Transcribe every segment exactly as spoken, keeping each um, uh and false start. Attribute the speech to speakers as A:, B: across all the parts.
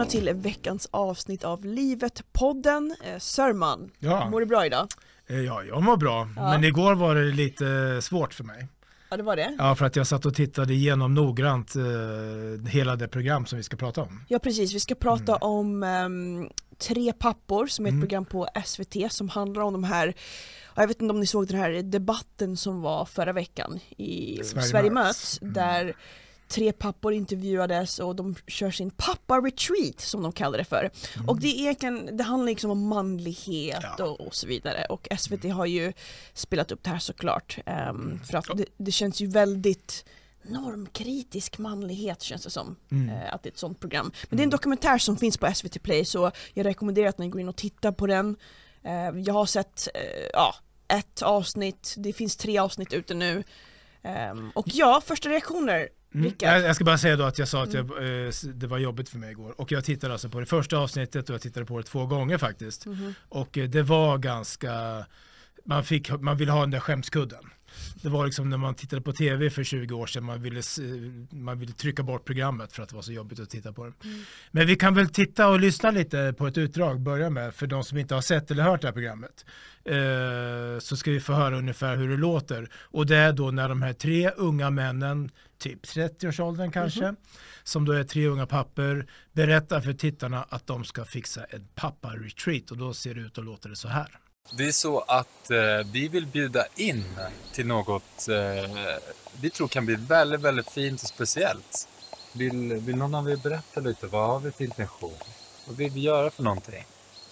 A: till veckans avsnitt av Livet-podden. Eh, Sörman,
B: ja.
A: mår du bra idag?
B: Eh, ja, jag mår bra.
A: Ja.
B: Men igår var det lite svårt för mig.
A: Ja, det var det.
B: Ja, för att jag satt och tittade igenom noggrant eh, hela det program som vi ska prata om.
A: Ja, precis. Vi ska prata
B: Mm.
A: om um, Tre pappor, som är ett
B: Mm.
A: program på S V T som handlar om de här, jag vet inte om ni såg den här debatten som var förra veckan i
B: Sverige
A: Sverige
B: möts.
A: möts,
B: Mm.
A: där tre pappor intervjuades och de kör sin pappa-retreat som de kallar det för.
B: Mm.
A: Och det, är egentligen, det handlar liksom om manlighet
B: Ja.
A: och, och så vidare. Och S V T har ju spelat upp det här såklart. Um, för att det, det känns ju väldigt normkritisk manlighet, känns det som.
B: Mm.
A: Uh, att det är ett sånt program. Men det är en dokumentär som finns på S V T Play, så jag rekommenderar att ni går in och tittar på den. Uh, jag har sett uh, ja, ett avsnitt. Det finns tre avsnitt ute nu. Um, och ja, första reaktioner.
B: Mm. Jag, jag ska bara säga då att jag sa att jag, eh, det var jobbigt för mig igår. Och jag tittade alltså på det första avsnittet och jag tittade på det två gånger faktiskt.
A: Mm-hmm.
B: Och eh, det var ganska, man, fick, man ville ha den där skämskudden. Det var liksom när man tittade på tv för tjugo år sedan, man ville, man ville trycka bort programmet för att det var så jobbigt att titta på det. Mm. Men vi kan väl titta och lyssna lite på ett utdrag, börja med, för de som inte har sett eller hört det här programmet. Eh, så ska vi få höra ungefär hur det låter. Och det är då när de här tre unga männen, typ trettio-årsåldern kanske, mm-hmm. som då är tre unga pappor, berättar för tittarna att de ska fixa ett pappa-retreat. Och då ser det ut och låter det så här.
C: Det är så att eh, vi vill bjuda in till något eh, vi tror kan bli väldigt, väldigt fint och speciellt. Vill, vill någon av er berätta lite, vad har vi för intention? Vad vill vi göra för någonting?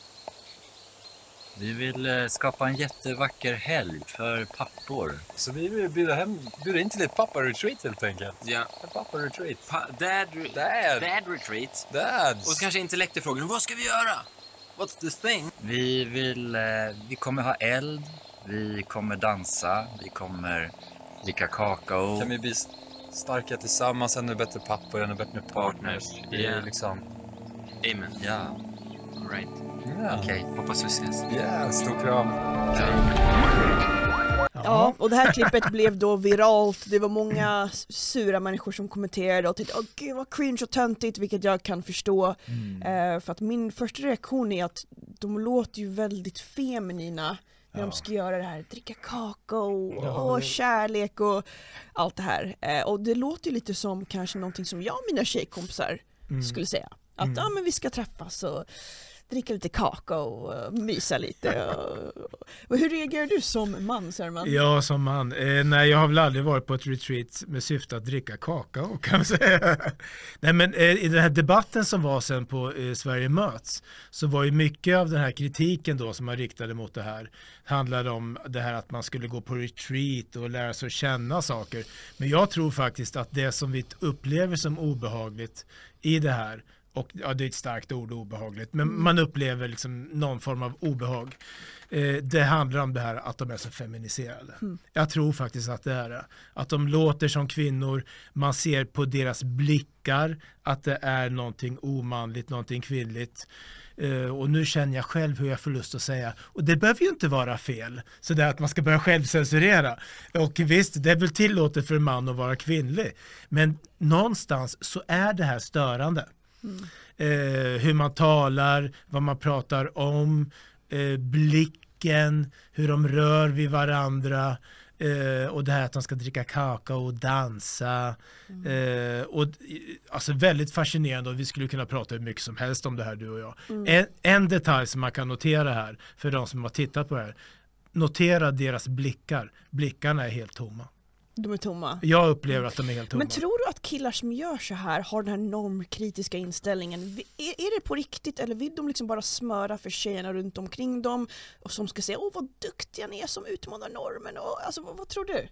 D: Vi vill eh, skapa en jättevacker helg för pappor.
C: Så vi vill bjuda, hem, bjuda in till ett pappa-retreat helt enkelt.
D: Ja.
C: Ett pappa-retreat.
D: Pa- dad, re-
C: Dad.
D: dad retreat.
C: Dads.
D: Och så kanske intellekterfrågan, vad ska vi göra? What's this thing? Vi vill, eh, vi kommer ha eld, vi kommer dansa, vi kommer dricka kakao.
C: Kan vi bli starka tillsammans, ännu bättre pappor, ännu bättre partners. Det är
D: Yeah.
C: liksom...
D: Amen. Ja, all right.
C: Yeah.
D: Okej, okay, hoppas vi ses.
C: Ja, yeah, stor kram.
A: Ja, och det här klippet blev då viralt. Det var många sura människor som kommenterade och tyckte, åh gud vad cringe och töntigt, vilket jag kan förstå.
B: Mm.
A: Eh, för att min första reaktion är att de låter ju väldigt feminina när
B: Ja.
A: de ska göra det här, dricka kakao
B: Ja.
A: och kärlek och allt det här. Eh, och det låter ju lite som kanske någonting som jag och mina tjejkompisar
B: Mm.
A: skulle säga. Att
B: Mm.
A: ja, men vi ska träffas och dricka lite kakao och mysa lite. Och, och hur reagerar du som man, Sörman?
B: Ja, som man. Eh, nej, jag har väl aldrig varit på ett retreat med syfte att dricka kakao, kan man säga. Nej, men eh, i den här debatten som var sen på eh, Sverige möts, så var ju mycket av den här kritiken då som man riktade mot det här handlade om det här att man skulle gå på retreat och lära sig att känna saker. Men jag tror faktiskt att det som vi upplever som obehagligt i det här, och ja, det är ett starkt ord, obehagligt, men mm. man upplever liksom någon form av obehag. Eh, det handlar om det här att de är så feminiserade. Mm. Jag tror faktiskt att det är det. Att de låter som kvinnor, man ser på deras blickar att det är någonting omanligt, någonting kvinnligt. Uh, och nu känner jag själv hur jag får lust att säga, och det behöver ju inte vara fel, så det är att man ska börja självcensurera. Och visst, det är väl tillåtet för en man att vara kvinnlig, men någonstans så är det här störande. Mm. Uh, hur man talar, vad man pratar om, uh, blicken, hur de rör vid varandra. Uh, och det här att de ska dricka kakao och dansa. Mm. Uh, och, alltså väldigt fascinerande, och vi skulle kunna prata hur mycket som helst om det här, du och jag. Mm. En, en detalj som man kan notera här, för de som har tittat på det här, notera deras blickar. Blickarna är helt tomma.
A: De är tomma.
B: Jag upplever att de är helt tomma.
A: Men tror du att killar som gör så här har den här normkritiska inställningen? Är, är det på riktigt, eller vill de liksom bara smöra för tjejerna runt omkring dem och som ska säga, åh vad duktiga ni är som utmanar normen? Och, alltså, vad, vad tror du?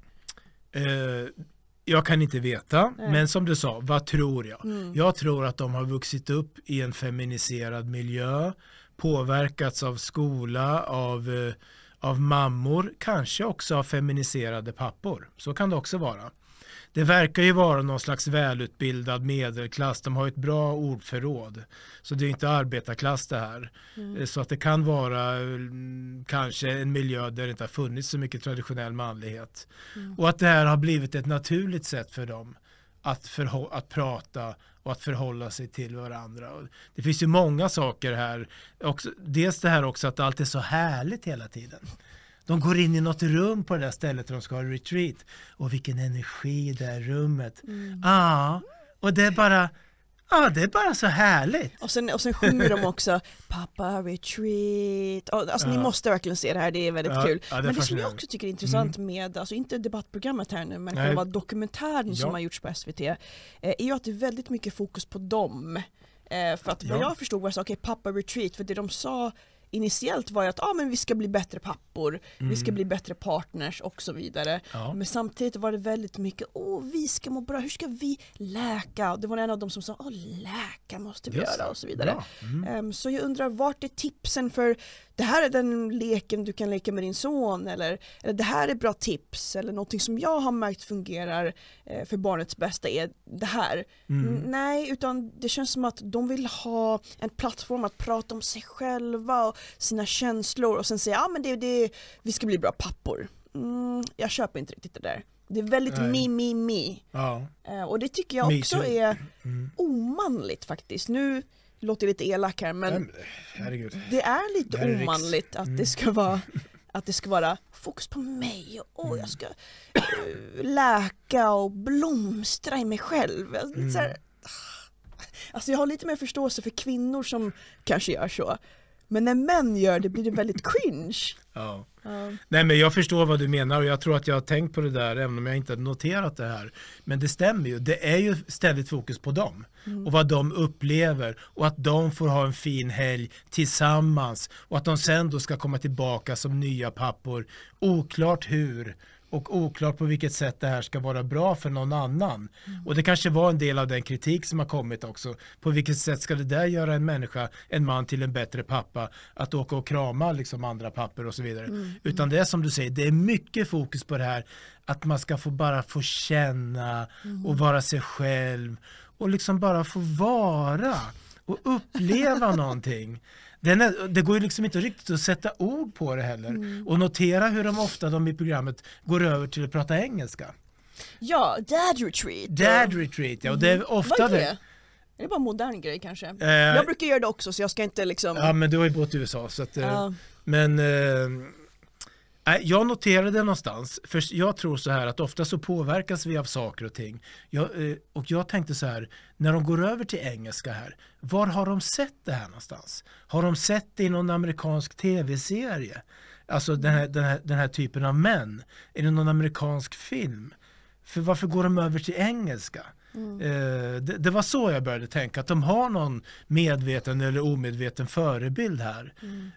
B: Uh, jag kan inte veta, Nej. men som du sa, vad tror jag? Mm. Jag tror att de har vuxit upp i en feminiserad miljö, påverkats av skola, av... Uh, av mammor, kanske också av feminiserade pappor. Så kan det också vara. Det verkar ju vara någon slags välutbildad medelklass. De har ett bra ordförråd. Så det är inte arbetarklass det här. Mm. Så att det kan vara kanske en miljö där det inte har funnits så mycket traditionell manlighet. Mm. Och att det här har blivit ett naturligt sätt för dem att, förhå- att prata och att förhålla sig till varandra. Och det finns ju många saker här. Också, dels det här också att allt är så härligt hela tiden. De går in i något rum på det där stället där de ska ha retreat. Och vilken energi i det här rummet.
A: Mm.
B: Ja, och det är bara... Ja, det är bara så härligt.
A: Och sen, och sen sjunger de också Pappa retreat. Och, alltså
B: Ja.
A: ni måste verkligen se det här, det är väldigt
B: Ja,
A: kul.
B: ja, det är
A: men det som jag
B: fascinerande.
A: också tycker är intressant med, alltså inte debattprogrammet här nu, men
B: Nej.
A: själva dokumentären
B: Ja.
A: som har gjorts på S V T, eh, är ju att det är väldigt mycket fokus på dem. Eh, för att vad
B: Ja.
A: jag förstod var så, okej, okay, pappa retreat, för det de sa initiellt var ju att ah, men vi ska bli bättre pappor,
B: Mm.
A: vi ska bli bättre partners och så vidare.
B: Ja.
A: Men samtidigt var det väldigt mycket, åh vi ska må bra, hur ska vi läka? Och det var en av dem som sa, åh läka måste vi
B: Just
A: göra
B: det.
A: och så vidare.
B: Bra. Mm.
A: Um, så jag undrar, vart är tipsen för det här är den leken du kan leka med din son, eller, eller det här är bra tips, eller någonting som jag har märkt fungerar eh, för barnets bästa är det här.
B: Mm.
A: N- nej, utan det känns som att de vill ha en plattform att prata om sig själva och sina känslor och sen säga, ja ah, men det, det, vi ska bli bra pappor. Mm, jag köper inte riktigt det där. Det är väldigt
B: Nej.
A: me, me, me.
B: Ja.
A: Eh, och det tycker jag
B: Me
A: också
B: too.
A: är
B: Mm.
A: omanligt faktiskt. Nu låter jag lite elak här, men
B: Nej, men, herregud.
A: det är lite
B: Det här är riks-
A: omanligt att
B: Mm.
A: det ska vara att det ska vara fokus på mig och åh, jag ska uh, läka och blomstra i mig själv. Alltså, lite
B: Mm.
A: så här, alltså jag har lite mer förståelse för kvinnor som kanske gör så. Men när män gör det blir det väldigt cringe.
B: Ja.
A: Ja.
B: Nej, men jag förstår vad du menar och jag tror att jag har tänkt på det där även om jag inte har noterat det här. Men det stämmer ju, det är ju ständigt fokus på dem
A: Mm.
B: och vad de upplever och att de får ha en fin helg tillsammans och att de sen då ska komma tillbaka som nya pappor. Oklart hur och oklart på vilket sätt det här ska vara bra för någon annan.
A: Mm.
B: Och det kanske var en del av den kritik som har kommit också. På vilket sätt ska det där göra en människa, en man till en bättre pappa, att åka och krama liksom andra pappor och så vidare.
A: Mm.
B: Utan det är som du säger, det är mycket fokus på det här att man ska få bara få känna
A: Mm.
B: och vara sig själv och liksom bara få vara och uppleva någonting. Den är, det går ju liksom inte riktigt att sätta ord på det heller.
A: Mm.
B: Och notera hur de ofta de i programmet går över till att prata engelska.
A: Ja, dad retreat.
B: Dad retreat, ja. Och det är ofta
A: Vad är det?
B: det.
A: Är det bara en modern grej kanske?
B: Eh,
A: Jag brukar göra det också så jag ska inte liksom...
B: Ja, men du har ju bott i U S A. Så att, eh,
A: Ja.
B: Men eh, nej, jag noterade det någonstans. För jag tror så här att ofta så påverkas vi av saker och ting. Jag, eh, och jag tänkte så här, när de går över till engelska här, var har de sett det här någonstans? Har de sett det i någon amerikansk tv-serie? Alltså den här, den här, den här typen av män. Är det någon amerikansk film? För varför går de över till engelska?
A: Mm.
B: Eh, det, det var så jag började tänka, att de har någon medveten eller omedveten förebild här.
A: Mm.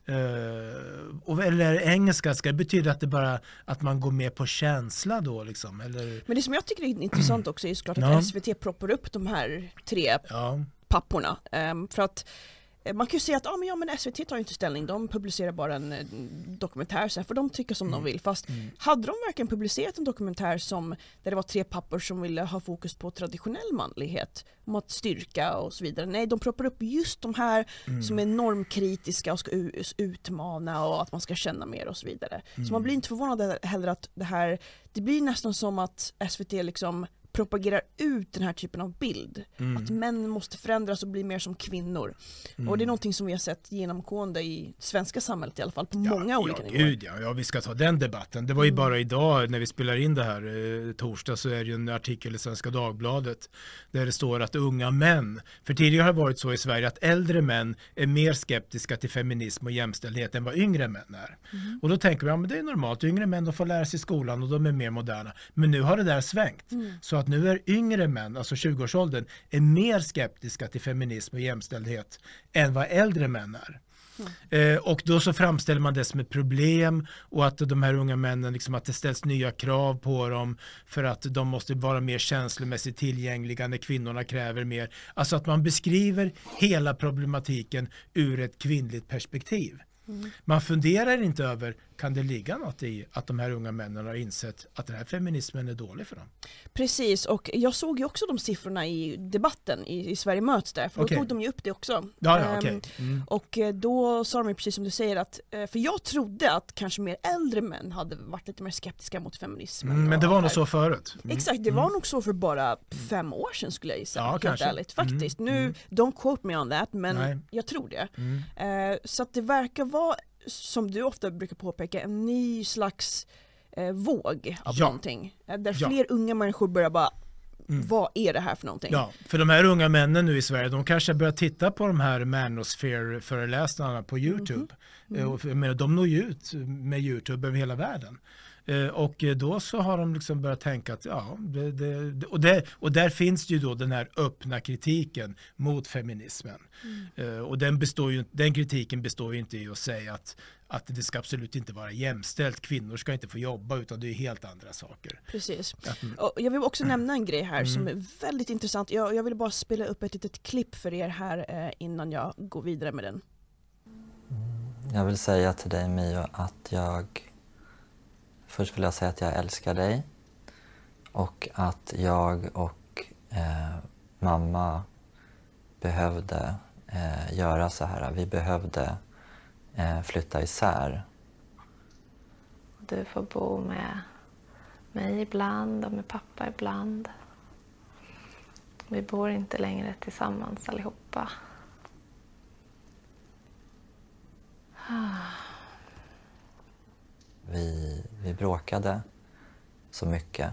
B: Eh, och, eller engelska, ska det betyda att det bara att man går med på känsla då liksom? Eller,
A: Men det som jag tycker är intressant också är såklart att
B: Ja.
A: S V T proppar upp de här tre
B: ja,
A: papporna. Um, för att eh, man kan ju säga att ah, men ja, men S V T tar ju inte ställning, de publicerar bara en eh, dokumentär sen för de tycker som de vill. Fast
B: Mm.
A: hade de verkligen publicerat en dokumentär som, där det var tre pappor som ville ha fokus på traditionell manlighet, om att styrka och så vidare. Nej, de proppar upp just de här
B: Mm.
A: som är normkritiska och ska u- utmana och att man ska känna mer och så vidare. Så
B: Mm.
A: man blir inte förvånad heller att det här, det blir nästan som att S V T liksom propagerar ut den här typen av bild.
B: Mm.
A: Att män måste förändras och bli mer som kvinnor.
B: Mm.
A: Och det är någonting som vi har sett genomgående i svenska samhället i alla fall, på många olika
B: ja,
A: nivåer.
B: gud, ja, ja, vi ska ta den debatten. Det var ju
A: Mm.
B: bara idag när vi spelar in det här eh, torsdag så är det ju en artikel i Svenska Dagbladet där det står att unga män, för tidigare har det varit så i Sverige att äldre män är mer skeptiska till feminism och jämställdhet än vad yngre män är.
A: Mm.
B: Och då tänker vi, ja men det är normalt, yngre män de får lära sig i skolan och de är mer moderna. Men nu har det där svängt.
A: Mm.
B: Så att nu är yngre män, alltså tjugo-årsåldern, är mer skeptiska till feminism och jämställdhet än vad äldre män är. Eh, och då så framställer man det som ett problem och att de här unga männen, liksom, att det ställs nya krav på dem för att de måste vara mer känslomässigt tillgängliga när kvinnorna kräver mer. Alltså att man beskriver hela problematiken ur ett kvinnligt perspektiv.
A: Mm.
B: Man funderar inte över, kan det ligga något i att de här unga männen har insett att den här feminismen är dålig för dem?
A: Precis, och jag såg ju också de siffrorna i debatten i, i Sverige möts där, för
B: okay.
A: då tog de ju upp det också.
B: Ja, ja, okay. mm.
A: Och då sa de ju precis som du säger att, för jag trodde att kanske mer äldre män hade varit lite mer skeptiska mot feminismen.
B: Mm, men det var nog så förut.
A: Mm. Exakt, det var mm. nog så för bara fem år sedan skulle jag gissa.
B: Ja,
A: helt
B: kanske.
A: Ärligt. Faktiskt,
B: Mm.
A: nu,
B: Mm.
A: don't quote me on that, men
B: Nej.
A: jag tror det.
B: Mm.
A: Eh, så att det verkar vara, som du ofta brukar påpeka, en ny slags eh, våg av
B: ja.
A: någonting. Eh, där
B: ja.
A: fler unga människor börjar bara,
B: mm.
A: vad är det här för någonting?
B: Ja, för de här unga männen nu i Sverige, de kanske börjar titta på de här Manosphere-föreläsningarna på YouTube. Mm. Mm. Och, men de når ju ut med YouTube över hela världen. Och då så har de liksom börjat tänka att ja, det, det, och, det, och där finns ju då den här öppna kritiken mot feminismen. Mm. Och den, består ju, den kritiken består ju inte i att säga att, att det ska absolut inte vara jämställt, kvinnor ska inte få jobba, utan det är helt andra saker.
A: Precis.
B: Mm.
A: Och jag vill också nämna en grej här
B: mm.
A: som är väldigt intressant. Jag, jag vill bara spela upp ett litet klipp för er här eh, innan jag går vidare med den.
E: Jag vill säga till dig, Mio, att jag Först vill jag säga att jag älskar dig och att jag och eh, mamma behövde eh, göra så här. Vi behövde eh, flytta isär.
F: Du får bo med mig ibland och med pappa ibland. Vi bor inte längre tillsammans allihopa.
E: Vi, vi bråkade så mycket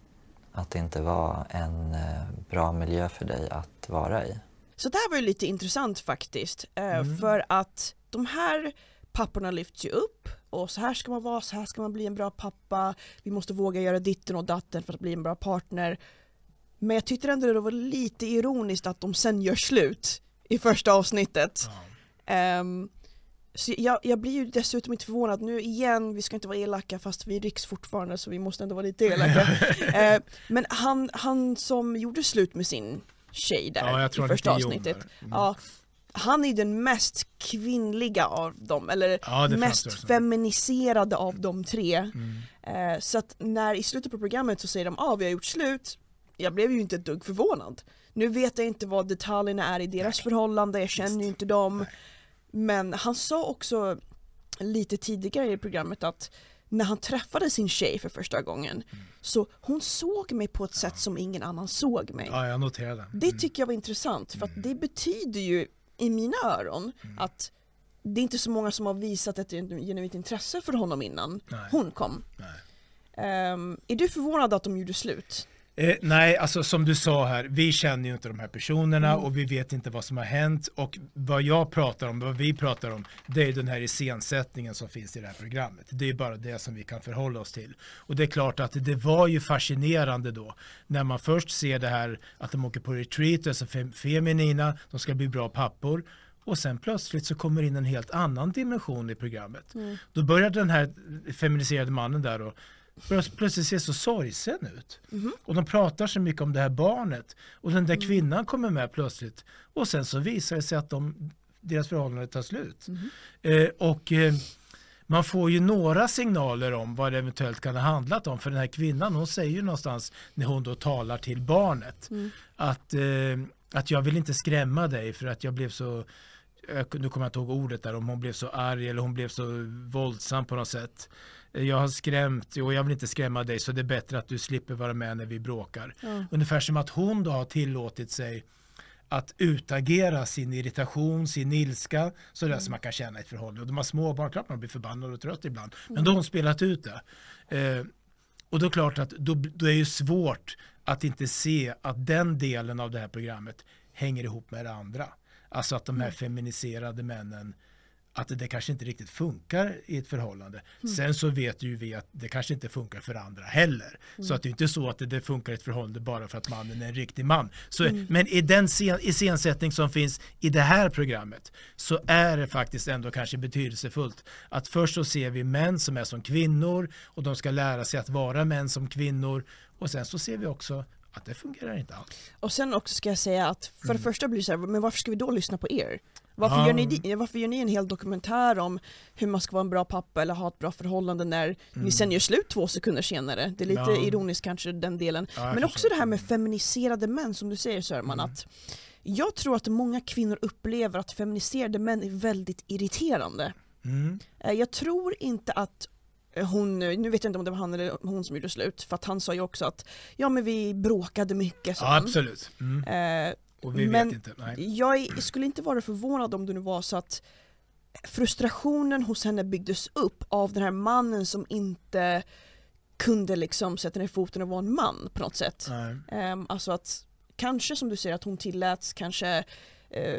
E: att det inte var en eh, bra miljö för dig att vara i.
A: Så det här var ju lite intressant faktiskt. Eh,
B: Mm.
A: För att de här papporna lyfts ju upp. Och så här ska man vara, så här ska man bli en bra pappa. Vi måste våga göra ditten och datten för att bli en bra partner. Men jag tyckte ändå det var lite ironiskt att de sen gör slut i första avsnittet.
B: Ja.
A: Ehm, Så jag, jag blir ju dessutom inte förvånad nu igen, vi ska inte vara elaka fast vi är riks fortfarande så vi måste ändå vara lite elaka. eh, men han, han som gjorde slut med sin tjej där
B: Ja, jag tror
A: i första
B: han heter
A: avsnittet.
B: Jon där. Mm.
A: Ja, han är den mest kvinnliga av dem, eller
B: Ja, det
A: mest
B: framstår så.
A: feminiserade av de tre.
B: Mm.
A: Eh, så att när i slutet på programmet så säger de ah, vi har gjort slut, jag blev ju inte ett dugg förvånad. Nu vet jag inte vad detaljerna är i deras
B: Nej.
A: förhållande, jag känner ju inte dem.
B: Nej.
A: Men han sa också lite tidigare i programmet att när han träffade sin tjej för första gången mm. så hon såg mig på ett sätt ja. som ingen annan såg mig.
B: Ja, jag noterade. Mm.
A: Det tycker jag var intressant för att det betyder ju i mina öron mm. att det är inte så många som har visat ett genuint intresse för honom innan
B: Nej.
A: hon kom.
B: Nej.
A: Um, är du förvånad att de gjorde slut?
B: Eh, nej, alltså som du sa här, vi känner ju inte de här personerna
A: Mm.
B: och vi vet inte vad som har hänt, och vad jag pratar om, vad vi pratar om, det är den här iscensättningen som finns i det här programmet. Det är bara det som vi kan förhålla oss till. Och det är klart att det var ju fascinerande då, när man först ser det här att de åker på retreat, alltså fem, feminina, de ska bli bra pappor. Och sen plötsligt så kommer in en helt annan dimension i programmet. Mm. Då börjar den här feminiserade mannen där och plötsligt ser så sorgsen ut. Mm. Och de pratar så mycket om det här barnet. Och den där mm. kvinnan kommer med plötsligt. Och sen så visar det sig att de, deras förhållande tar slut. Mm. Eh, och eh, man får ju några signaler om vad det eventuellt kan ha handlat om. För den här kvinnan, hon säger ju någonstans när hon då talar till barnet. Mm. Att, eh, att jag vill inte skrämma dig för att jag blev så... Nu kommer jag inte ihåg ordet där, om hon blev så arg eller hon blev så våldsam på något sätt. Jag har skrämt och jag vill inte skrämma dig, så det är bättre att du slipper vara med när vi bråkar. Mm. Ungefär som att hon då har tillåtit sig att utagera sin irritation, sin ilska, så där mm. som man kan känna i ett förhållande. Och de har små barn, klart man blir förbannad och trött ibland. Men mm. då har hon spelat ut det. Eh, och då är klart att då, då är det ju svårt att inte se att den delen av det här programmet hänger ihop med det andra. Alltså att de här feminiserade männen, att det, det kanske inte riktigt funkar i ett förhållande. Mm. Sen så vet ju vi att det kanske inte funkar för andra heller. Mm. Så att det är inte så att det, det funkar i ett förhållande bara för att mannen är en riktig man. Så, mm. Men i den scen, i scensättning som finns i det här programmet så är det faktiskt ändå kanske betydelsefullt att först så ser vi män som är som kvinnor och de ska lära sig att vara män som kvinnor. Och sen så ser vi också att det fungerar inte alls.
A: Och sen också ska jag säga att för
B: Mm.
A: det första blir det så här, men varför ska vi då lyssna på er? Varför,
B: Ja.
A: gör ni, varför gör ni en hel dokumentär om hur man ska vara en bra pappa eller ha ett bra förhållande när
B: Mm.
A: ni sen gör slut två sekunder senare? Det är lite
B: Ja.
A: ironiskt kanske den delen.
B: Ja, jag
A: Men också
B: förstår.
A: det här med feminiserade män som du säger Sörman,
B: Mm.
A: att jag tror att många kvinnor upplever att feminiserade män är väldigt irriterande.
B: Mm.
A: Eh, Jag tror inte att hon, nu vet jag inte om det var han eller hon som gjorde slut, för att han sa ju också att ja men vi bråkade mycket. sa
B: Ja,
A: han.
B: absolut. Mm.
A: Eh,
B: Och vi
A: men
B: vet inte. Nej.
A: Jag är- skulle inte vara förvånad om det nu var så att frustrationen hos henne byggdes upp av den här mannen som inte kunde liksom sätta ner foten och vara en man på något sätt.
B: Nej.
A: Ehm, alltså att kanske som du säger att hon tilläts kanske eh,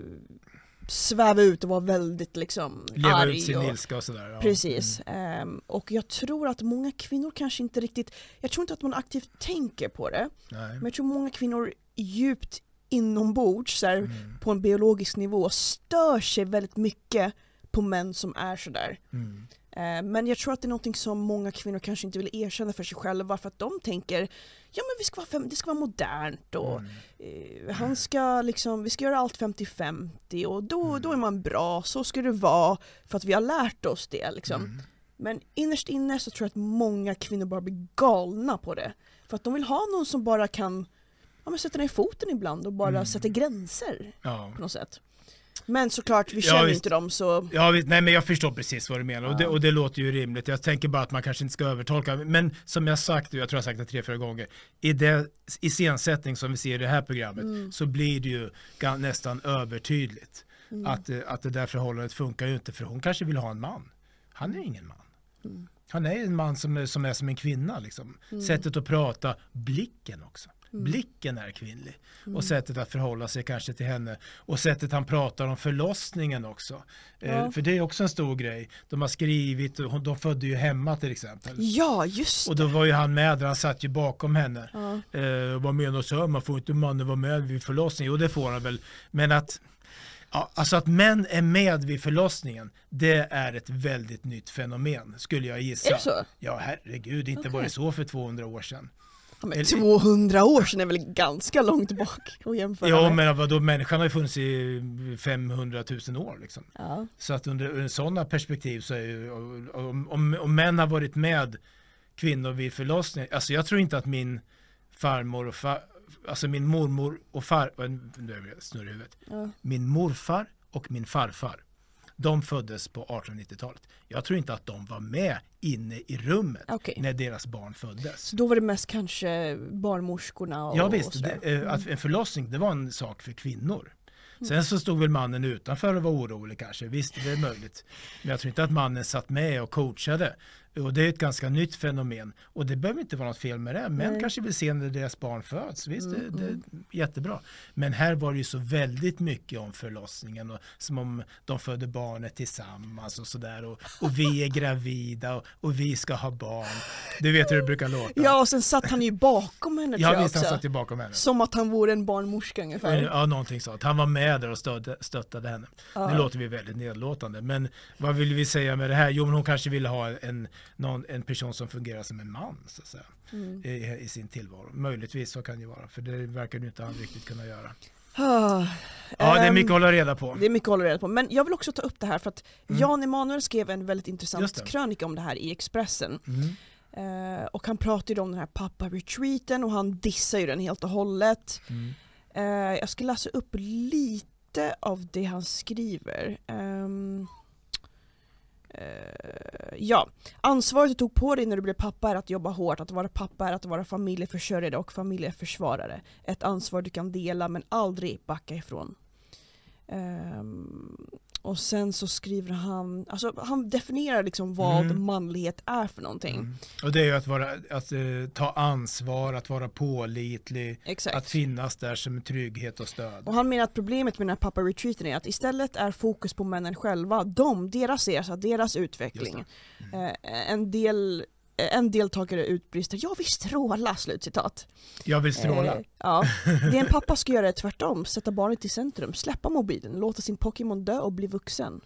A: sväva ut och vara väldigt liksom
B: Leva
A: arg
B: ut sin
A: och,
B: ilska och sådär. Ja.
A: Precis. Ehm, och jag tror att många kvinnor kanske inte riktigt, jag tror inte att man aktivt tänker på det,
B: Mm. Nej.
A: men jag tror många kvinnor djupt inombords så här,
B: Mm.
A: på en biologisk nivå stör sig väldigt mycket på män som är sådär.
B: Mm.
A: Eh, men jag tror att det är någonting som många kvinnor kanske inte vill erkänna för sig själva, för att de tänker ja men vi ska vara fem, det ska vara modernt och
B: Mm.
A: eh, han ska liksom, vi ska göra allt femtio femtio och då, då är man bra, så ska det vara för att vi har lärt oss det liksom.
B: Mm.
A: Men innerst inne så tror jag att många kvinnor bara blir galna på det. För att de vill ha någon som bara kan ja, men sätta ner foten ibland och bara
B: Mm.
A: sätta gränser
B: Ja.
A: på något sätt. Men såklart, vi
B: Ja,
A: känner
B: visst.
A: inte dem så...
B: Ja, vi- nej men jag förstår precis vad du menar och,
A: Ja.
B: det, och det låter ju rimligt. Jag tänker bara att man kanske inte ska övertolka. Men som jag sagt, och jag tror jag har sagt det tre, fyra gånger, i det iscensättning som vi ser i det här programmet
A: Mm.
B: så blir det ju ga- nästan övertydligt
A: Mm.
B: att, eh, att det där förhållandet funkar ju inte, för hon kanske vill ha en man. Han är ingen man.
A: Mm.
B: Han är en man som är som, är som en kvinna. Liksom.
A: Mm.
B: Sättet att prata, blicken också.
A: Mm.
B: Blicken är kvinnlig.
A: Mm.
B: Och sättet att förhålla sig kanske till henne. Och sättet han pratar om förlossningen också.
A: Ja.
B: Eh, för det är också en stor grej. De har skrivit, och hon- de födde ju hemma till exempel.
A: Ja, just
B: Och
A: det.
B: då var ju han med där, han satt ju bakom henne.
A: Ja.
B: Eh, vad menar du så? Man får inte mannen vara med vid förlossningen. Jo, det får han väl. Men att, ja, alltså att män är med vid förlossningen, det är ett väldigt nytt fenomen, skulle jag gissa.
A: Är det så?
B: Ja, herregud, inte
A: Okej.
B: var det så för tvåhundra år sedan.
A: Ja, men
B: Eller-
A: tvåhundra år sedan är väl ganska långt bak att jämföra
B: Ja,
A: med.
B: men vadå, människan har ju funnits i femhundratusen år liksom.
A: Ja.
B: Så att under, under sådana perspektiv så är ju, om, om, om män har varit med kvinnor vid förlossning, alltså jag tror inte att min farmor och far, alltså min mormor och far, nu är jag snurrig i huvudet,
A: Ja.
B: min morfar och min farfar, de föddes på artonhundranittiotalet. Jag tror inte att de var med inne i rummet
A: Okej.
B: när deras barn föddes.
A: Så då var det mest kanske barnmorskorna och
B: Ja
A: och
B: visst,
A: sådär.
B: det, eh, att en förlossning det var en sak för kvinnor. Sen så stod väl mannen utanför och var orolig kanske, visst det är möjligt. Men jag tror inte att mannen satt med och coachade. Och det är ett ganska nytt fenomen. Och det behöver inte vara något fel med det. Män
A: Nej.
B: kanske vill se när deras barn föds. Visst,
A: Mm,
B: det, det är jättebra. Men här var det ju så väldigt mycket om förlossningen. Och som om de födde barnet tillsammans och sådär. Och, och vi är gravida och, och vi ska ha barn. Du vet hur det brukar låta.
A: Ja, och sen satt han ju bakom henne tror
B: Ja
A: jag
B: visst, han
A: också.
B: satt ju bakom henne.
A: Som att han vore en barnmorska ungefär.
B: Ja, någonting sånt. Han var med där och stödde, stöttade henne.
A: Ja.
B: Nu låter vi väldigt nedlåtande. Men vad vill vi säga med det här? Jo, men hon kanske ville ha en, någon, en person som fungerar som en man så att säga,
A: Mm.
B: i, i sin tillvaro. Möjligtvis så kan det ju vara, för det verkar ju inte han riktigt kunna göra.
A: Ah,
B: Ja, det är
A: ehm,
B: mycket att hålla reda på.
A: Det är mycket att hålla reda på. Men jag vill också ta upp det här för att
B: Mm.
A: Jan Emanuel skrev en väldigt
B: Just
A: intressant
B: det.
A: krönika om det här i Expressen.
B: Mm.
A: Eh, och han pratade ju om den här pappa-retreaten och han dissar ju den helt och hållet.
B: Mm.
A: Eh, jag ska läsa upp lite av det han skriver. Ehm, eh, ja, ansvaret du tog på dig när du blev pappa är att jobba hårt. Att vara pappa är att vara familjeförsörjare och familjeförsvarare. Ett ansvar du kan dela men aldrig backa ifrån. Ehm, och sen så skriver han, alltså han definierar liksom vad
B: Mm.
A: manlighet är för någonting.
B: Mm. Och det är ju att, vara, att eh, ta ansvar, att vara pålitlig,
A: Exakt.
B: att finnas där som trygghet och stöd.
A: Och han menar att problemet med den här pappa-retreaten är att istället är fokus på männen själva, de, deras resa, deras utveckling.
B: Just det. Mm.
A: Eh, en del en deltagare utbrister, jag vill stråla, slutcitat.
B: Jag vill stråla.
A: Eh, ja. Det en pappa ska göra är tvärtom, sätta barnet i centrum, släppa mobilen, låta sin Pokémon dö och bli vuxen.
B: Mm.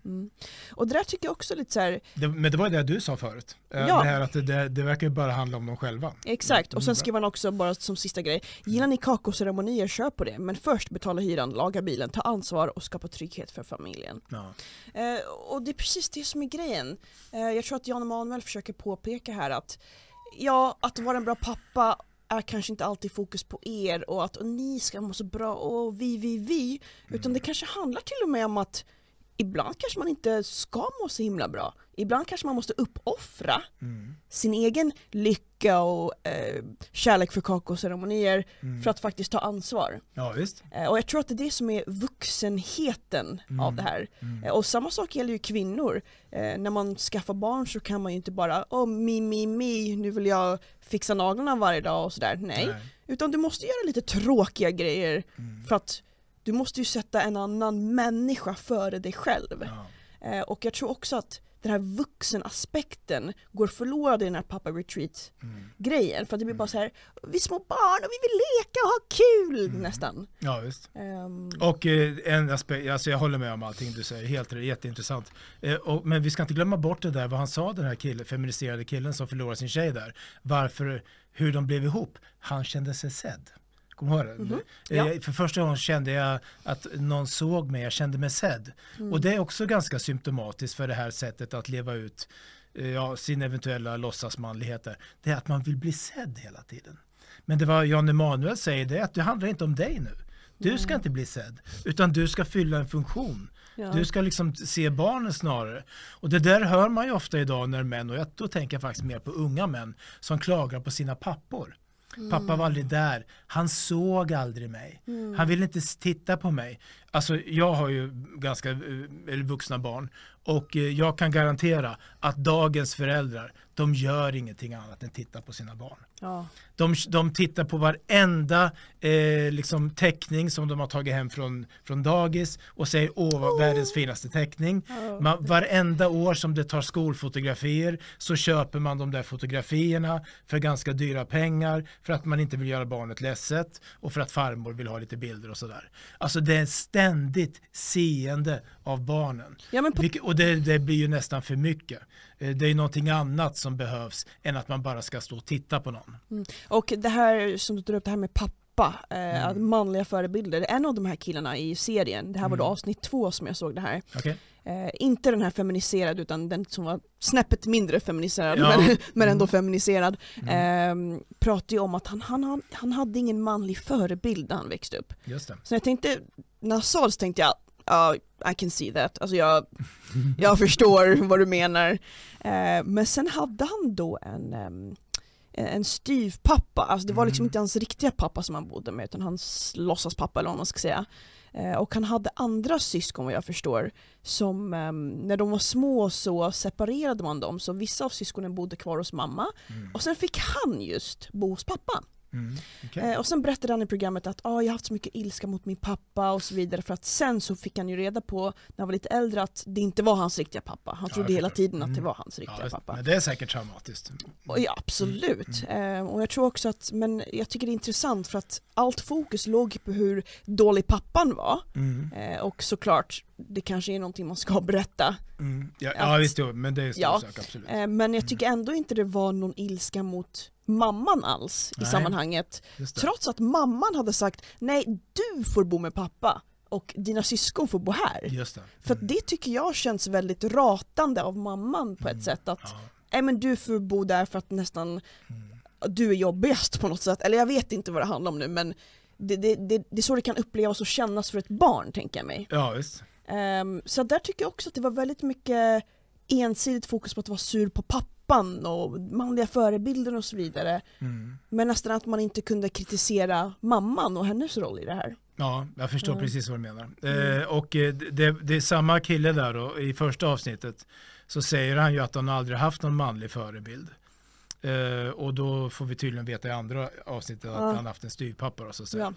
A: Mm. Och det där tycker jag också lite så här...
B: Det, men det var det du sa förut. Ja. Det här att det, det verkar ju bara handla om dem själva.
A: Exakt, och sen skriver man också bara som sista grej. Gillar ni kakoceremonier, kör på det. Men först betala hyran, laga bilen, ta ansvar och skapa trygghet för familjen.
B: Ja.
A: Eh, och det är precis det som är grejen. Eh, jag tror att Jan Emanuel försöker påpeka här att ja, att vara en bra pappa är kanske inte alltid fokus på er och att och ni ska må så bra och vi, vi, vi. Utan mm. det kanske handlar till och med om att ibland kanske man inte ska må så himla bra. Ibland kanske man måste uppoffra mm. sin egen lycka och eh, kärlek för kakoceremonier mm. för att faktiskt ta ansvar.
B: Ja, visst.
A: Eh, och jag tror att det är det som är vuxenheten mm. av det här. Mm. Eh, och samma sak gäller ju kvinnor. Eh, när man skaffar barn så kan man ju inte bara åh, oh, mi, mi, mi, nu vill jag fixa naglarna varje dag och sådär. Nej. Nej. Utan du måste göra lite tråkiga grejer mm. för att du måste ju sätta en annan människa före dig själv. Ja. Eh, och jag tror också att den här vuxenaspekten går förlorad i den här pappa-retreat-grejen. Mm. För att det blir bara så här, vi är små barn och vi vill leka och ha kul mm. nästan.
B: Ja, visst.
A: Um,
B: och eh, en aspekt, alltså jag håller med om allting du säger, helt jätteintressant. Eh, och, men vi ska inte glömma bort det där, vad han sa, den här killen, feminiserade killen som förlorade sin tjej där. Varför, hur de blev ihop. Han kände sig sedd. Kommer du ihåg det? Mm-hmm. Ja. För första gången kände jag att någon såg mig, jag kände mig sedd. Mm. Och det är också ganska symptomatiskt för det här sättet att leva ut ja, sin eventuella låtsasmanligheter. Det är att man vill bli sedd hela tiden. Men det var Jan Emanuel säger det, att det handlar inte om dig nu. Du ska mm. inte bli sedd, utan du ska fylla en funktion. Ja. Du ska liksom se barnen snarare. Och det där hör man ju ofta idag när män, och jag, då tänker jag faktiskt mer på unga män, som klagar på sina pappor. Mm. Pappa var aldrig där. Han såg aldrig mig. Mm. Han ville inte titta på mig. Alltså jag har ju ganska eller vuxna barn. Och jag kan garantera att dagens föräldrar, de gör ingenting annat än titta på sina barn. Ja. De, de tittar på varenda eh, liksom teckning som de har tagit hem från, från dagis och säger åh, vad världens finaste teckning. Oh. Man, varenda år som det tar skolfotografier så köper man de där fotografierna för ganska dyra pengar för att man inte vill göra barnet ledset och för att farmor vill ha lite bilder och sådär. Alltså det är ständigt seende av barnen. Ja, men på... Vilket, och det, det blir ju nästan för mycket. Det är någonting annat som behövs än att man bara ska stå och titta på någon. Mm.
A: Och det här som du tar upp, det här med pappa, eh, mm. manliga förebilder. En av de här killarna i serien, det här var då mm. avsnitt två som jag såg det här. Okay. Eh, inte den här feminiserad utan den som var snäppet mindre feminiserad, ja. men, men ändå mm. feminiserad. Mm. Eh, pratade ju om att han, han, han, han hade ingen manlig förebild när han växte upp.
B: Just det.
A: Så jag tänkte, när jag sa det så tänkte jag ja, uh, I can see that. Alltså jag, jag förstår vad du menar. Uh, men sen hade han då en, um, en styvpappa. Alltså det var liksom mm. inte hans riktiga pappa som han bodde med, utan hans låtsaspappa eller vad man ska säga. Uh, och han hade andra syskon vad jag förstår. Som um, när de var små så separerade man dem. Så vissa av syskonen bodde kvar hos mamma. Mm. Och sen fick han just bo hos pappa. Mm, okay. eh, och sen berättade han i programmet att ah, jag har haft så mycket ilska mot min pappa och så vidare, för att sen så fick han ju reda på när han var lite äldre att det inte var hans riktiga pappa. Han trodde ja, hela tiden att det var hans riktiga ja, pappa.
B: Men det är säkert traumatiskt.
A: Och ja, absolut. Mm. Eh, och jag tror också att, men jag tycker det är intressant för att allt fokus låg på hur dålig pappan var. Mm. Eh, och såklart, det kanske är någonting man ska berätta.
B: Mm. Ja, att, ja visst, men det är stor ja, sak, absolut.
A: Eh, men jag tycker ändå inte det var någon ilska mot mamman alls nej, i sammanhanget. Trots att mamman hade sagt nej, du får bo med pappa och dina syskon får bo här.
B: Just det. Mm.
A: För att det tycker jag känns väldigt ratande av mamman på ett mm. sätt att ja. nej, men du får bo där för att nästan mm. du är jobbigast på något sätt. Eller jag vet inte vad det handlar om nu, men det, det, det, det är så det kan upplevas och kännas för ett barn, tänker jag mig.
B: Ja, visst.
A: Um, så där tycker jag också att det var väldigt mycket ensidigt fokus på att vara sur på pappan och manliga förebilder och så vidare. Mm. Men nästan att man inte kunde kritisera mamman och hennes roll i det här.
B: Ja, jag förstår mm. precis vad du menar. Mm. Eh, och det, det, det är samma kille där då, i första avsnittet så säger han ju att han aldrig haft någon manlig förebild. Eh, och då får vi tydligen veta i andra avsnittet att ja. han haft en styvpappa och så säger. Ja.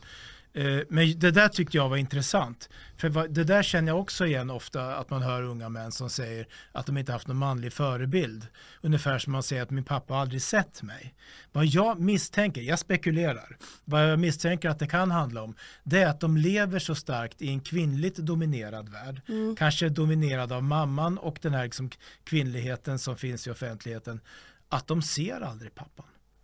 B: Eh, men det där tyckte jag var intressant. För vad, det där känner jag också igen ofta, att man hör unga män som säger att de inte haft någon manlig förebild. Ungefär som man säger att min pappa aldrig sett mig. Vad jag misstänker, jag spekulerar, vad jag misstänker att det kan handla om, det är att de lever så starkt i en kvinnligt dominerad värld. Mm. Kanske dominerad av mamman och den här liksom kvinnligheten som finns i offentligheten. Att de ser aldrig pappan.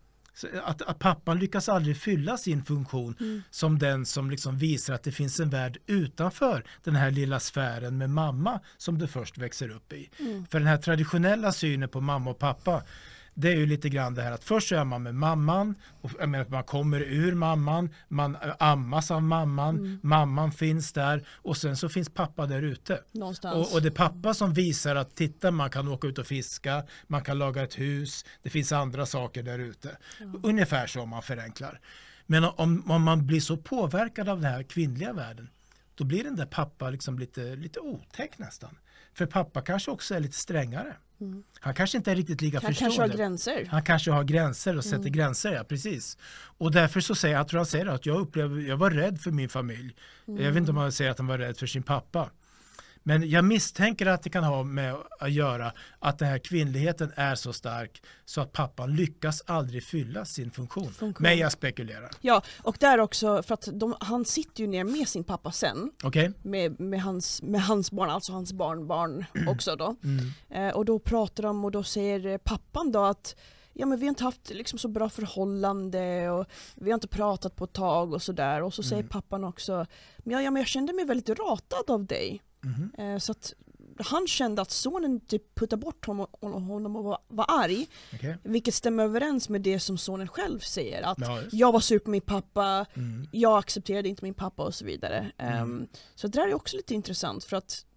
B: Att, att pappan lyckas aldrig fylla sin funktion mm. som den som liksom visar att det finns en värld utanför den här lilla sfären med mamma som du först växer upp i. Mm. För den här traditionella synen på mamma och pappa, det är ju lite grann det här att först är man med mamman, och jag menar att man kommer ur mamman, man ammas av mamman, mm. mamman finns där och sen så finns pappa där ute. Och, och det är pappa som visar att titta, man kan åka ut och fiska, man kan laga ett hus, det finns andra saker där ute. Mm. Ungefär så om man förenklar. Men om, om man blir så påverkad av den här kvinnliga världen, då blir den där pappa liksom lite, lite otäck nästan. För pappa kanske också är lite strängare. Mm. Han kanske inte är riktigt lika
A: Han
B: förstående.
A: kanske har gränser.
B: Han kanske har gränser och sätter mm. gränser, ja precis. Och därför så säger jag, jag tror han säger att jag upplevde, jag var rädd för min familj. Mm. Jag vet inte om han säger att han var rädd för sin pappa. Men jag misstänker att det kan ha med att göra att den här kvinnligheten är så stark så att pappan lyckas aldrig fylla sin funktion. funktion. Men jag spekulerar.
A: Ja, och där också, för att de, han sitter ju ner med sin pappa sen.
B: Okay.
A: Med, med, hans, med hans barn, alltså hans barnbarn också då. Mm. Eh, och då pratar de och då säger pappan då att ja, men vi har inte haft liksom så bra förhållande och vi har inte pratat på ett tag och sådär. Och så säger mm. pappan också, ja, ja, men jag kände mig väldigt ratad av dig. Mm. Så att han kände att sonen typ puttade bort honom, honom och var, var arg. Okay. Vilket stämmer överens med det som sonen själv säger. Att ja, jag var sur på min pappa, mm. jag accepterade inte min pappa och så vidare. Mm. Um, så det där är också lite intressant för att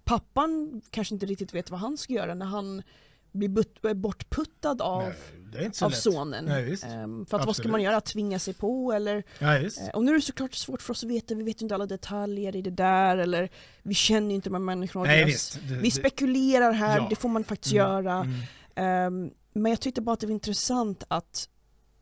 A: pappan kanske inte riktigt vet vad han ska göra när han blir but- bortputtad av, Nej, av sonen.
B: Nej,
A: um, för att Absolut. Vad ska man göra? Tvinga sig på? Eller,
B: ja,
A: uh, och nu är det såklart svårt för oss att veta, vi vet inte alla detaljer i det där, eller vi känner inte de här människorna.
B: Nej,
A: deras, det, vi spekulerar här, ja. Det får man faktiskt mm. göra. Mm. Um, men jag tyckte bara att det var intressant att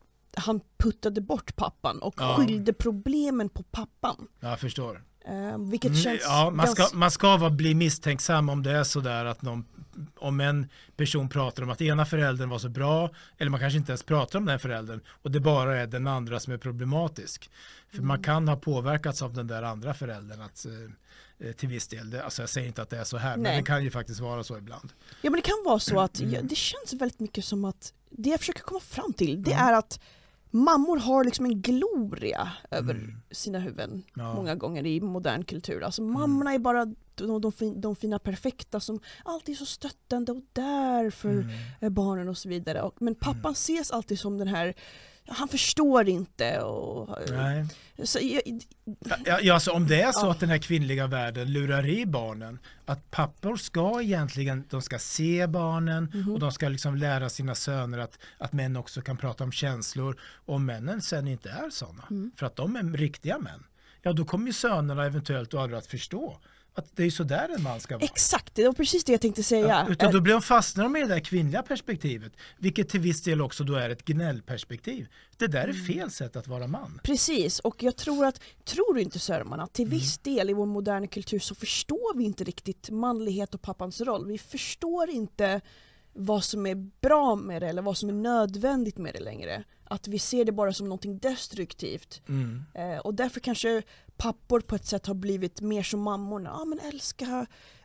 A: han puttade bort pappan och ja. Skyllde problemen på pappan.
B: Jag förstår.
A: Uh, vilket känns
B: ja, man, ska, man ska bli misstänksam om det är så där att någon, om en person pratar om att ena föräldern var så bra, eller man kanske inte ens pratar om den föräldern och det bara är den andra som är problematisk. För mm. man kan ha påverkats av den där andra föräldern att, eh, till viss del. Det, alltså jag säger inte att det är så här, Nej. Men det kan ju faktiskt vara så ibland.
A: Ja, men det kan vara så att mm. ja, det känns väldigt mycket som att det jag försöker komma fram till, det mm. är att mammor har liksom en gloria över mm. sina huvuden ja. Många gånger i modern kultur. Alltså mm. mammorna är bara de, de, de fina perfekta som alltid är så stöttande och där för mm. barnen och så vidare. Och, men pappan mm. ses alltid som den här, han förstår inte. Och,
B: Nej.
A: Så, jag,
B: ja, ja, alltså, om det är så ja. Att den här kvinnliga världen lurar i barnen, att pappor ska egentligen, de ska se barnen mm-hmm. och de ska liksom lära sina söner att, att män också kan prata om känslor, och männen sen inte är sådana, mm. för att de är riktiga män. Ja, då kommer ju sönerna eventuellt aldrig att förstå att det är så där en man ska vara.
A: Exakt, det var precis det jag tänkte säga.
B: Ja, utan då blir de fastnar med det där kvinnliga perspektivet, vilket till viss del också då är ett gnällperspektiv. Det där är fel sätt att vara man.
A: Precis, och jag tror att, tror du inte Sörman, att till viss mm. del i vår moderna kultur så förstår vi inte riktigt manlighet och pappans roll. Vi förstår inte vad som är bra med det eller vad som är nödvändigt med det längre. Att vi ser det bara som någonting destruktivt. Mm. Eh, och därför kanske pappor på ett sätt har blivit mer som mammorna. Ja, men älska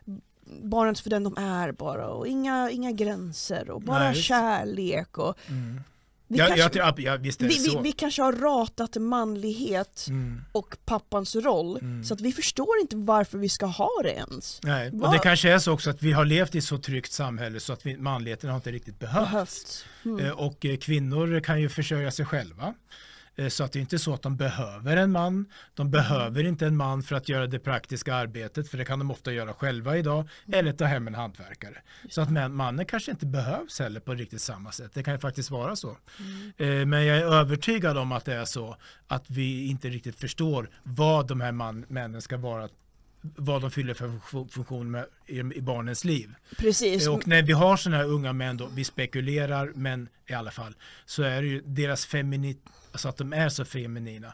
A: barnen för den de är bara. Och inga, inga gränser och bara Nej, kärlek. Och
B: mm. vi, ja, kanske, ja, ja, visst är det
A: vi,
B: så.
A: Vi, vi kanske har ratat manlighet mm. och pappans roll. Mm. Så att vi förstår inte varför vi ska ha det ens.
B: Nej, och det kanske är så också att vi har levt i så tryggt samhälle så att vi, manligheten har inte riktigt behövts.
A: behövts. Mm.
B: Och kvinnor kan ju försörja sig själva. Så att det är inte så att de behöver en man. De behöver inte en man för att göra det praktiska arbetet, för det kan de ofta göra själva idag, eller ta hem en hantverkare. Så att mannen kanske inte behövs heller på riktigt samma sätt. Det kan ju faktiskt vara så. Mm. Men jag är övertygad om att det är så att vi inte riktigt förstår vad de här man, männen ska vara, vad de fyller för funktion med, i, i barnens liv.
A: Precis.
B: Och när vi har sådana här unga män då, vi spekulerar, men i alla fall, så är det ju deras feminit, alltså att de är så feminina. Det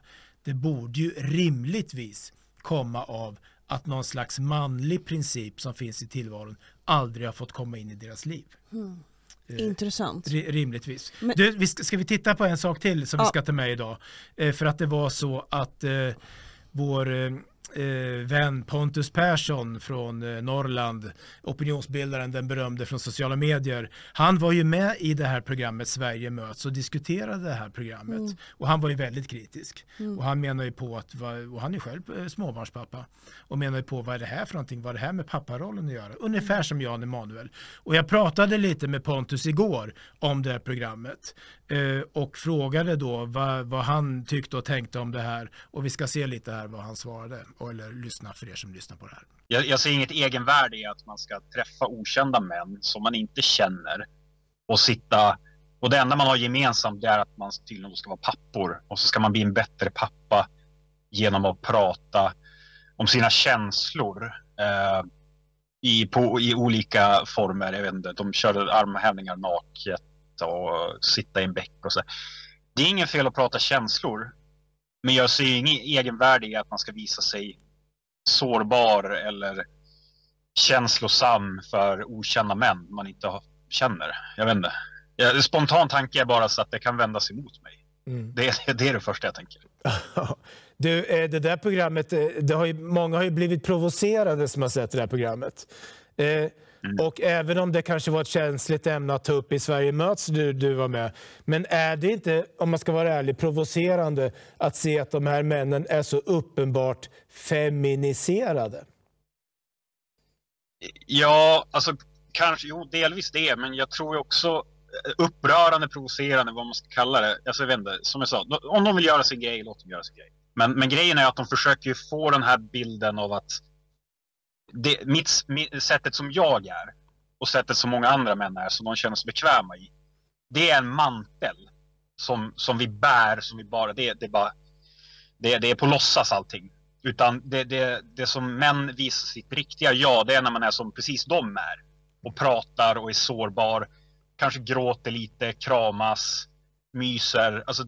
B: det borde ju rimligtvis komma av att någon slags manlig princip som finns i tillvaron aldrig har fått komma in i deras liv.
A: Mm. Intressant.
B: Eh, rimligtvis.
A: Men...
B: Du, vi ska, ska vi titta på en sak till som
A: ja.
B: vi ska ta med idag? Eh, för att det var så att eh, vår eh, vän Pontus Persson från eh, Norrland, opinionsbildaren, den berömde från sociala medier, han var ju med i det här programmet Sverige möts och diskuterade det här programmet. Mm. Och han var ju väldigt kritisk. Mm. Och han menar ju på att, och han är själv eh, småbarnspappa, och menar ju på vad är det här för någonting, vad är det här med papparollen att göra? Ungefär mm. som Jan Emanuel. Och jag pratade lite med Pontus igår om det här programmet eh, och frågade då vad, vad han tyckte och tänkte om det här, och vi ska se lite här vad han svarade. Eller lyssna för er som lyssnar på det här.
G: Jag, jag ser inget egenvärde i att man ska träffa okända män som man inte känner och sitta, och det enda man har gemensamt är att man tydligen ska vara pappor, och så ska man bli en bättre pappa genom att prata om sina känslor eh, i, på, i olika former. Jag vet inte, de kör armhävningar naket och sitta i en bäck och så. Det är ingen fel att prata känslor, men jag ser ingen egenvärde i att man ska visa sig sårbar eller känslosam för okända män man inte känner. Jag vet inte. Ja, spontan tanke är bara så att det kan vändas emot mig. Mm. Det, är, det är det första jag tänker.
B: Du, det där programmet, det har ju, många har ju blivit provocerade som har sett det här programmet. Eh, Mm. Och även om det kanske var ett känsligt ämne att ta upp i Sverige möts, du, du var med. Men är det inte, om man ska vara ärlig, provocerande att se att de här männen är så uppenbart feminiserade?
G: Ja, alltså kanske, jo delvis det, men jag tror också upprörande, provocerande, vad man ska kalla det. Alltså, jag vet inte, som jag sa, om de vill göra sin grej, låt dem göra sin grej. Men, men grejen är att de försöker ju få den här bilden av att det, mitt, mitt, sättet som jag är och sättet som många andra män är, som de känner sig bekväma i, det är en mantel som, som vi bär, som vi bara, det, det, är bara det, det är på låtsas allting. Utan det, det, det som män visar sitt riktiga jag, det är när man är som precis de är och pratar och är sårbar, kanske gråter lite, kramas, myser. Alltså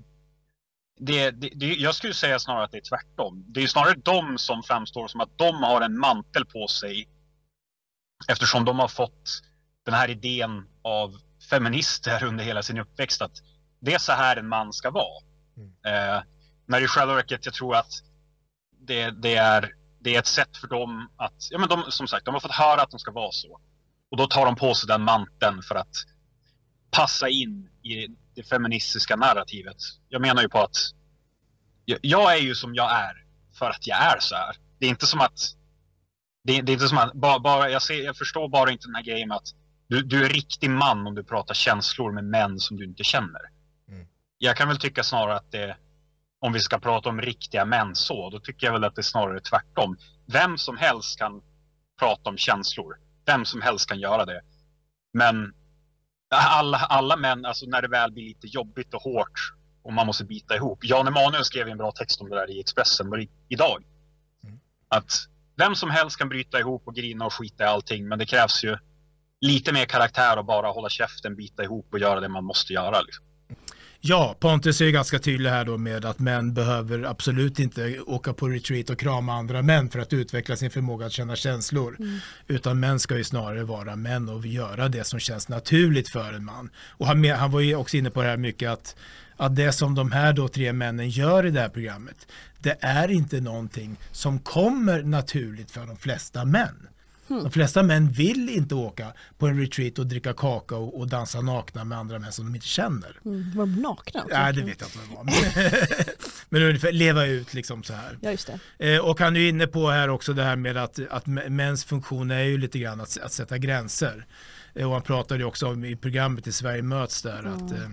G: det, det, det, jag skulle säga snarare att det är tvärtom. Det är snarare de som framstår som att de har en mantel på sig, eftersom de har fått den här idén av feminister under hela sin uppväxt att det är så här en man ska vara. Mm. Eh, när i själva verket jag tror att det, det, är, det är ett sätt för dem att, ja men de, som sagt, de har fått höra att de ska vara så. Och då tar de på sig den manteln för att passa in i det feministiska narrativet. Jag menar ju på att jag, jag är ju som jag är för att jag är så här. Det är inte som att det, det är inte som att bara, bara, jag, ser, jag förstår bara inte den här grejen med att du, du är riktig man om du pratar känslor med män som du inte känner. Mm. Jag kan väl tycka snarare att det, om vi ska prata om riktiga män så, då tycker jag väl att det är snarare tvärtom. Vem som helst kan prata om känslor. Vem som helst kan göra det. Men alla, alla män, alltså när det väl blir lite jobbigt och hårt och man måste bita ihop. Jan Emanuel skrev en bra text om det där i Expressen i, idag. Mm. Att vem som helst kan bryta ihop och grina och skita i allting, men det krävs ju lite mer karaktär och bara hålla käften, bita ihop och göra det man måste göra liksom.
B: Ja, Pontus är ju ganska tydlig här då med att män behöver absolut inte åka på retreat och krama andra män för att utveckla sin förmåga att känna känslor. Mm. Utan män ska ju snarare vara män och göra det som känns naturligt för en man. Och han, han var ju också inne på det här mycket att, att det som de här då tre männen gör i det här programmet, det är inte någonting som kommer naturligt för de flesta män. Mm. De flesta män vill inte åka på en retreat och dricka kakao och, och dansa nakna med andra män som de inte känner.
A: Mm, var de nakna?
B: Nej, det vet jag inte vad det var. Men ungefär leva ut liksom så här.
A: Ja, just det.
B: Eh, och han är ju inne på här också det här med att, att mäns funktion är ju lite grann att, att sätta gränser. Eh, och han pratade ju också om i programmet i Sverige möts där mm. att... Eh,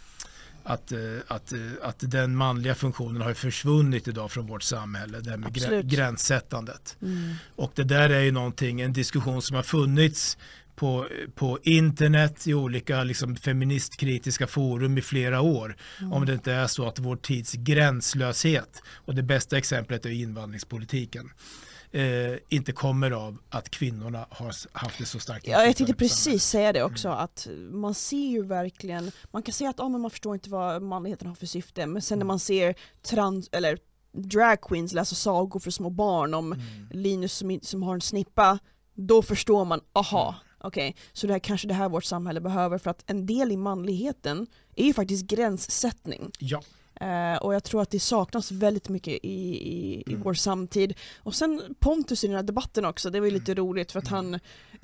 B: Att, att, att den manliga funktionen har försvunnit idag från vårt samhälle, det här med grä, gränssättandet. Mm. Och det där är ju någonting, en diskussion som har funnits på, på internet i olika liksom, feministkritiska forum i flera år. Mm. Om det inte är så att vår tids gränslöshet, och det bästa exemplet är invandringspolitiken, Eh, inte kommer av att kvinnorna har haft det så starkt.
A: Ja, jag tänkte precis säga det också, mm. att man ser ju verkligen, man kan säga att oh, men man förstår inte vad manligheten har för syfte, men sen när man ser trans, eller drag queens läser sagor för små barn om
B: Mm.
A: Linus som, som har en snippa, då förstår man, aha, okej, okay, så det här kanske det här vårt samhälle behöver, för att en del i manligheten är ju faktiskt gränssättning.
B: Ja.
A: Uh, och jag tror att det saknas väldigt mycket i, i, i
B: Mm.
A: vår samtid. Och sen Pontus i den här debatten också, det var ju lite
B: Mm.
A: roligt för att han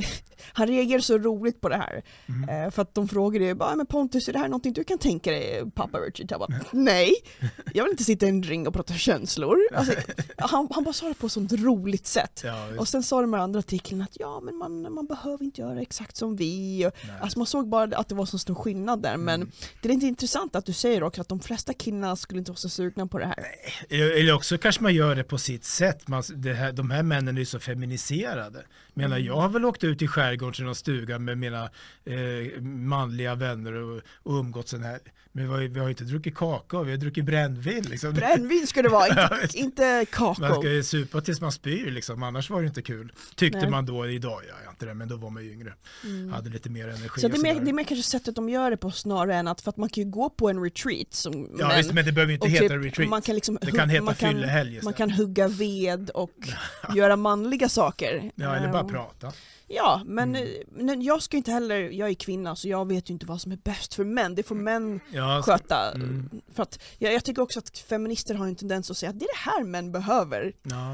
A: han reagerar så roligt på det här.
B: Mm.
A: Uh, för att de frågade ju bara, men Pontus, är det här någonting du kan tänka dig, pappa Richard? Jag bara, nej, jag vill inte sitta i en ring och prata känslor. Alltså, han, han bara sa det på ett sånt roligt sätt.
B: Ja,
A: Och sen sa de med andra artikeln att ja, men man, man behöver inte göra exakt som vi. Alltså man såg bara att det var så stor skillnad där. Men
B: Mm.
A: det är inte intressant att du säger också att de flesta killarna skulle inte vara så sugna på det här.
B: Eller också kanske man gör det på sitt sätt. Man, det här, de här männen är ju så feminiserade. Menar, jag har väl åkt ut i skärgården till någon stuga med mina eh, manliga vänner och, och umgått sån här. Men vi har, vi har inte druckit kakao, vi har druckit brännvin. Liksom.
A: Brännvin ska det vara, inte, inte kakao.
B: Man ska ju supa tills man spyr, liksom. Annars var det inte kul. Tyckte
A: Nej.
B: man då, idag ja, jag inte det, men då var man ju yngre.
A: Mm.
B: Hade lite mer energi.
A: Så det är,
B: och
A: mer,
B: sådär.
A: det är mer kanske sättet de gör det på snarare än att, för att man kan ju gå på en retreat som
B: Ja,
A: män,
B: visst, men det behöver ju inte
A: och
B: heta
A: typ,
B: retreat.
A: man kan liksom
B: Det
A: hugg-
B: kan heta
A: man kan,
B: fyllehelg
A: man
B: istället.
A: kan hugga ved och göra manliga saker.
B: Ja, eller bara
A: Ehm,
B: prata.
A: Ja, men,
B: Mm.
A: men jag ska inte heller, jag är kvinna så jag vet ju inte vad som är bäst för män. Det får män
B: Ja,
A: sköta.
B: mm.
A: För att, jag, jag tycker också att feminister har en tendens att säga att det är det här män behöver.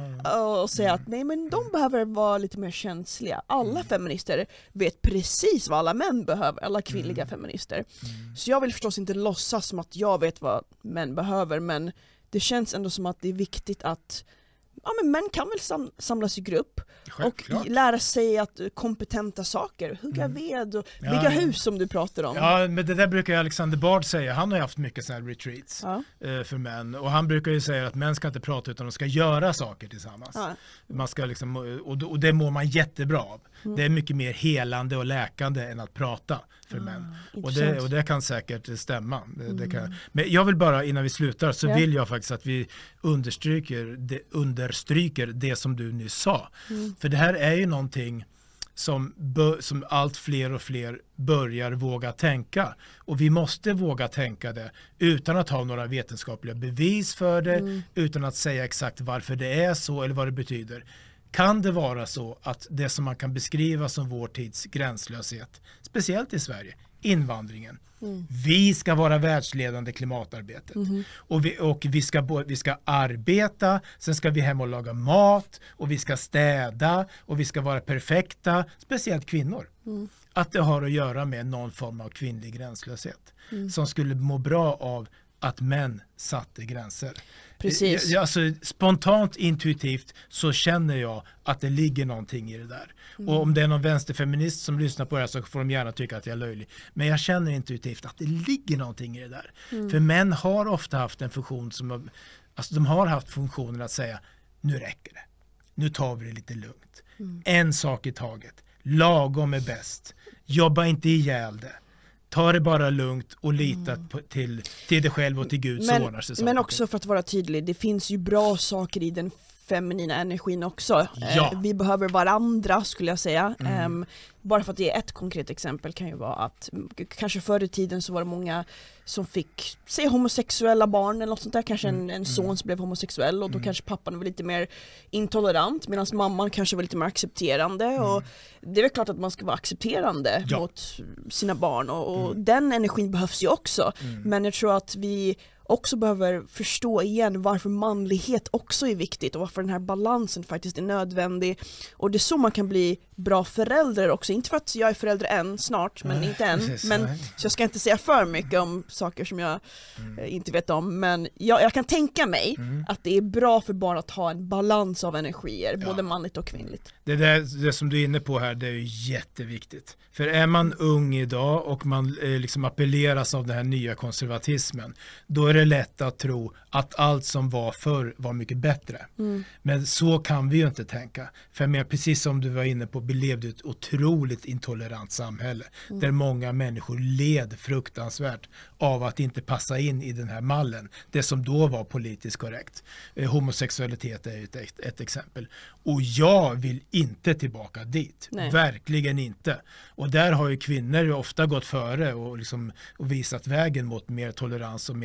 B: Ja.
A: Och säga
B: Mm.
A: att nej, men de behöver vara lite mer känsliga. Alla
B: Mm.
A: feminister vet precis vad alla män behöver, alla kvinnliga
B: Mm.
A: feminister.
B: Mm.
A: Så jag vill förstås inte låtsas som att jag vet vad män behöver, men det känns ändå som att det är viktigt att ja, men män kan väl sam- samlas i grupp
B: Självklart.
A: och lära sig att kompetenta saker, hugga
B: Mm.
A: ved och
B: Ja,
A: bygga
B: ja.
A: hus som du pratar om.
B: Ja, men det där brukar Alexander Bard säga. Han har ju haft mycket sådana här retreats
A: Ja.
B: eh, för män. Och han brukar ju säga att män ska inte prata utan de ska göra saker tillsammans.
A: Ja.
B: Man ska liksom, och, och det mår man jättebra av.
A: Mm.
B: Det är mycket mer helande och läkande än att prata för
A: Ah,
B: män. Och
A: intressant.
B: det, och det kan säkert stämma. Det, det kan.
A: Mm.
B: Men jag vill bara, innan vi slutar, så
A: Ja.
B: vill jag faktiskt att vi understryker det, understryker det som du nyss sa.
A: Mm.
B: För det här är ju någonting som, bör, som allt fler och fler börjar våga tänka. Och vi måste våga tänka det utan att ha några vetenskapliga bevis för det,
A: Mm.
B: utan att säga exakt varför det är så eller vad det betyder. Kan det vara så att det som man kan beskriva som vår tids gränslöshet, speciellt i Sverige, invandringen,
A: Mm.
B: vi ska vara världsledande i klimatarbetet.
A: Mhm.
B: Och, vi, och vi, ska, bo- vi ska arbeta, sen ska vi hem och laga mat och vi ska städa och vi ska vara perfekta, speciellt kvinnor.
A: Mm.
B: Att det har att göra med någon form av kvinnlig gränslöshet
A: Mm.
B: som skulle må bra av att män satte gränser.
A: Precis.
B: Jag, alltså, spontant, intuitivt så känner jag att det ligger någonting i det där.
A: Mm.
B: Och om det är någon vänsterfeminist som lyssnar på det här så får de gärna tycka att jag är löjlig. Men jag känner intuitivt att det ligger någonting i det där.
A: Mm.
B: För män har ofta haft en funktion som, har- alltså de har haft funktionen att säga nu räcker det. Nu tar vi det lite lugnt.
A: Mm.
B: En sak i taget. Lagom är bäst. Jobba inte ihjäl det. Ta det bara lugnt och lita
A: Mm.
B: på, till, till dig själv och till Gud så ordnar sig
A: Men,
B: saker
A: men
B: och
A: också för att vara tydlig, det finns ju bra saker i den feminina energin också.
B: Ja.
A: Eh, vi behöver varandra skulle jag säga.
B: Mm.
A: Ehm, bara för att ge ett konkret exempel kan ju vara att mm, k- kanske förr i tiden så var det många som fick se homosexuella barn eller något sånt där. Kanske
B: Mm.
A: en, en
B: Mm.
A: son som blev homosexuell och då
B: Mm.
A: kanske pappan var lite mer intolerant medan mamman kanske var lite mer accepterande.
B: Mm.
A: Och det är väl klart att man ska vara accepterande
B: Ja.
A: mot sina barn och, och
B: Mm.
A: den energin behövs ju också.
B: Mm.
A: Men jag tror att vi också behöver förstå igen varför manlighet också är viktigt och varför den här balansen faktiskt är nödvändig. Och det är så man kan bli bra förälder också. Inte för att jag är förälder än, snart, men
B: Nej,
A: inte än.
B: precis,
A: Men,
B: nej.
A: så jag ska inte säga för mycket om saker som jag
B: Mm.
A: eh, inte vet om. Men jag, jag kan tänka mig
B: Mm.
A: att det är bra för barn att ha en balans av energier,
B: Ja.
A: både manligt och kvinnligt.
B: Det, där, det som du är inne på här, det är ju jätteviktigt. För är man ung idag och man eh, liksom appelleras av den här nya konservatismen, då är det lätt att tro att allt som var förr var mycket bättre.
A: Mm.
B: Men så kan vi ju inte tänka. För jag menar, precis som du var inne på, vi levde i ett otroligt intolerant samhälle
A: Mm.
B: där många människor led fruktansvärt av att inte passa in i den här mallen. Det som då var politiskt korrekt. Eh, homosexualitet är ju ett, ett, ett exempel. Och jag vill inte tillbaka dit.
A: Nej.
B: Verkligen inte. Och där har ju kvinnor ju ofta gått före och, liksom, och visat vägen mot mer tolerans och mer öppenhet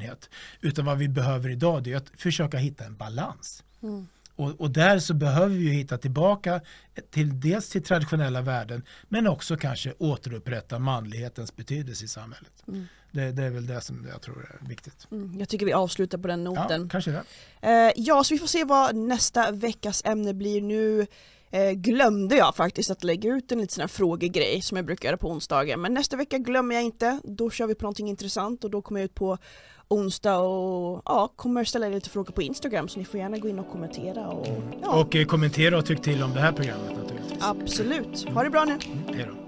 B: enhet. Utan vad vi behöver idag, det är att försöka hitta en balans.
A: Mm.
B: Och, och där så behöver vi hitta tillbaka till dels till traditionella värden, men också kanske återupprätta manlighetens betydelse i samhället. Mm. Det, det är väl det som jag tror är viktigt.
A: Mm, jag tycker vi avslutar på den noten.
B: Ja, kanske det.
A: Eh, ja, så vi får se vad nästa veckas ämne blir. Nu eh, glömde jag faktiskt att lägga ut en liten sån här frågegrej som jag brukar göra på onsdagen. Men nästa vecka glömmer jag inte. Då kör vi på någonting intressant och då kommer jag ut på onsdag och ja, kommer ställa lite frågor på Instagram, så ni får gärna gå in och kommentera. Och, ja.
B: och eh, kommentera och tyck till om det här programmet naturligtvis.
A: Absolut. Ha det bra nu.
B: Mm, hej då.